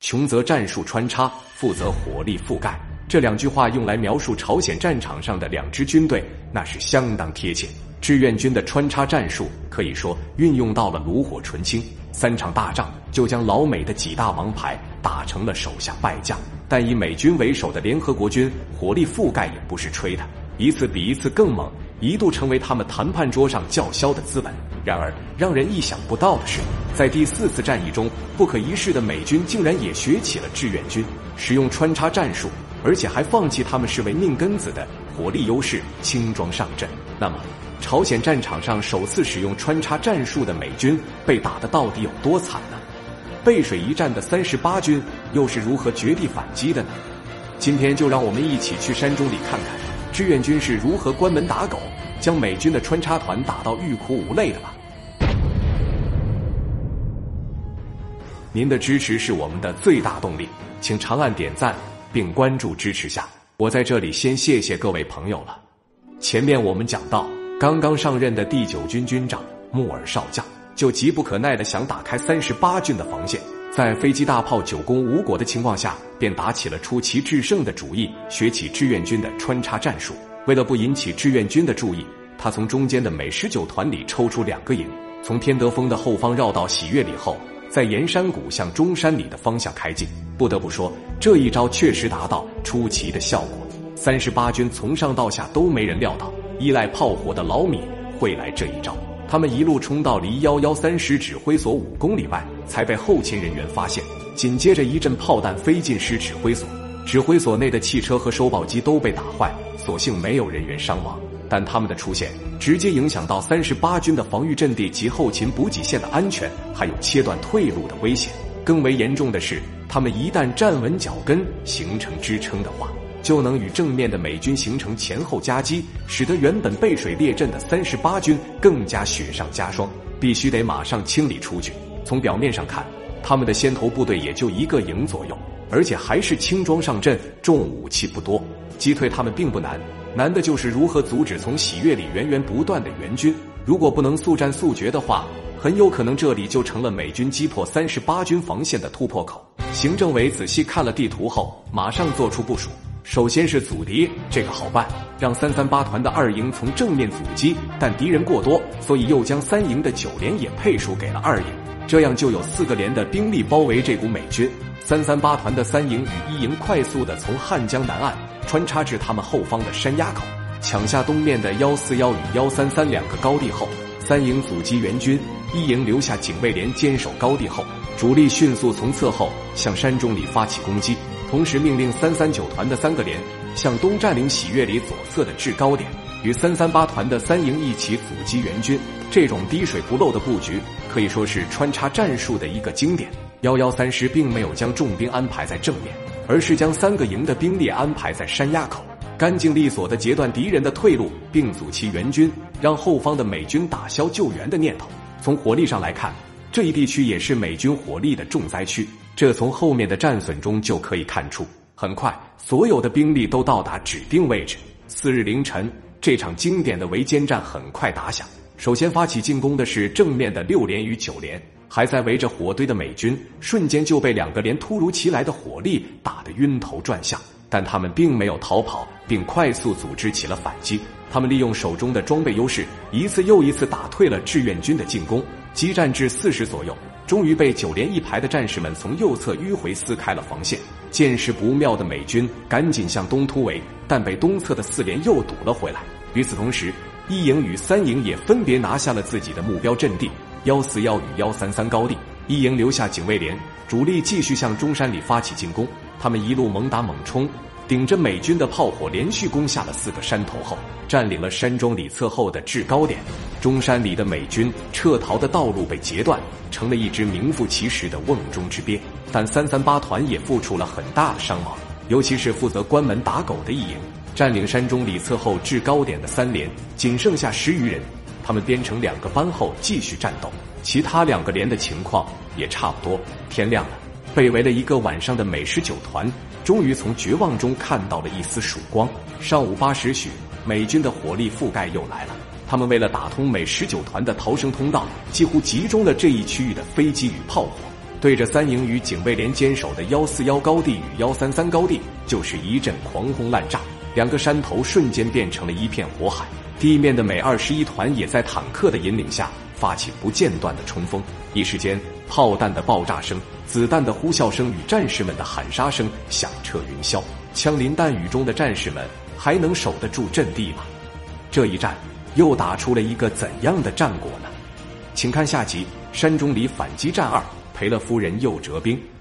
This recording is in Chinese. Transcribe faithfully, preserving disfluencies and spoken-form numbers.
穷则战术穿插，富则火力覆盖。这两句话用来描述朝鲜战场上的两支军队，那是相当贴切。志愿军的穿插战术可以说运用到了炉火纯青，三场大仗就将老美的几大王牌打成了手下败将。但以美军为首的联合国军火力覆盖也不是吹的，一次比一次更猛，一度成为他们谈判桌上叫嚣的资本。然而让人意想不到的是，在第四次战役中，不可一世的美军竟然也学起了志愿军，使用穿插战术，而且还放弃他们视为命根子的火力优势，轻装上阵。那么朝鲜战场上首次使用穿插战术的美军被打得到底有多惨呢？背水一战的三十八军又是如何绝地反击的呢？今天就让我们一起去山中里看看志愿军是如何关门打狗，将美军的穿插团打到欲哭无泪的吧。您的支持是我们的最大动力，请长按点赞并关注支持下。我在这里先谢谢各位朋友了。前面我们讲到，刚刚上任的第九军军长木尔少将就急不可耐地想打开三十八军的防线，在飞机大炮久攻无果的情况下，便打起了出奇制胜的主意，学起志愿军的穿插战术。为了不引起志愿军的注意，他从中间的美十九团里抽出两个营，从天德峰的后方绕到喜悦里后，在沿山谷向中山里的方向开进。不得不说，这一招确实达到出奇的效果。三十八军从上到下都没人料到，依赖炮火的老米会来这一招。他们一路冲到离一一三师指挥所五公里外，才被后勤人员发现。紧接着一阵炮弹飞进师指挥所，指挥所内的汽车和收报机都被打坏，所幸没有人员伤亡。但他们的出现直接影响到三十八军的防御阵地及后勤补给线的安全，还有切断退路的危险。更为严重的是，他们一旦站稳脚跟形成支撑的话，就能与正面的美军形成前后夹击，使得原本背水列阵的三十八军更加雪上加霜，必须得马上清理出去。从表面上看，他们的先头部队也就一个营左右，而且还是轻装上阵，重武器不多，击退他们并不难，难的就是如何阻止从喜悦里源源不断的援军。如果不能速战速决的话，很有可能这里就成了美军击破三十八军防线的突破口。行政委仔细看了地图后，马上做出部署。首先是阻敌，这个好办，让三三八团的二营从正面阻击，但敌人过多，所以又将三营的九连也配属给了二营，这样就有四个连的兵力包围这股美军。三三八团的三营与一营快速地从汉江南岸穿插至他们后方的山崖口，抢下东面的一四一与一三三两个高地后，三营阻击援军，一营留下警卫连坚守高地后，主力迅速从侧后向山中里发起攻击，同时命令三三九团的三个连向东占领喜悦里左侧的制高点，与三三八团的三营一起阻击援军。这种滴水不漏的布局可以说是穿插战术的一个经典。一一三师并没有将重兵安排在正面，而是将三个营的兵力安排在山崖口，干净利索地截断敌人的退路，并阻其援军，让后方的美军打消救援的念头。从火力上来看，这一地区也是美军火力的重灾区，这从后面的战损中就可以看出。很快，所有的兵力都到达指定位置。次日凌晨，这场经典的围歼战很快打响。首先发起进攻的是正面的六连与九连，还在围着火堆的美军瞬间就被两个连突如其来的火力打得晕头转向，但他们并没有逃跑，并快速组织起了反击。他们利用手中的装备优势，一次又一次打退了志愿军的进攻，激战至四时左右，终于被九连一排的战士们从右侧迂回撕开了防线。见势不妙的美军赶紧向东突围，但被东侧的四连又堵了回来。与此同时，一营与三营也分别拿下了自己的目标阵地一四一与一三三高地。一营留下警卫连，主力继续向中山里发起进攻。他们一路猛打猛冲，顶着美军的炮火连续攻下了四个山头后，占领了山庄里侧后的制高点。中山里的美军撤逃的道路被截断，成了一支名副其实的瓮中之鳖。但三三八团也付出了很大的伤亡，尤其是负责关门打狗的一营。占领山中里侧后制高点的三连仅剩下十余人，他们编成两个班后继续战斗，其他两个连的情况也差不多。天亮了，被围了一个晚上的美十九团终于从绝望中看到了一丝曙光。上午八时许，美军的火力覆盖又来了，他们为了打通美十九团的逃生通道，几乎集中了这一区域的飞机与炮火， 对着三营与警卫连坚守的一四一高地与一三三高地就是一阵狂轰滥炸，两个山头瞬间变成了一片火海。地面的美二十一团也在坦克的引领下发起不间断的冲锋，一时间炮弹的爆炸声、子弹的呼啸声与战士们的喊杀声响彻云霄。枪林弹雨中的战士们还能守得住阵地吗？这一战又打出了一个怎样的战果呢？请看下集《山中里反击战二》，赔了夫人又折兵。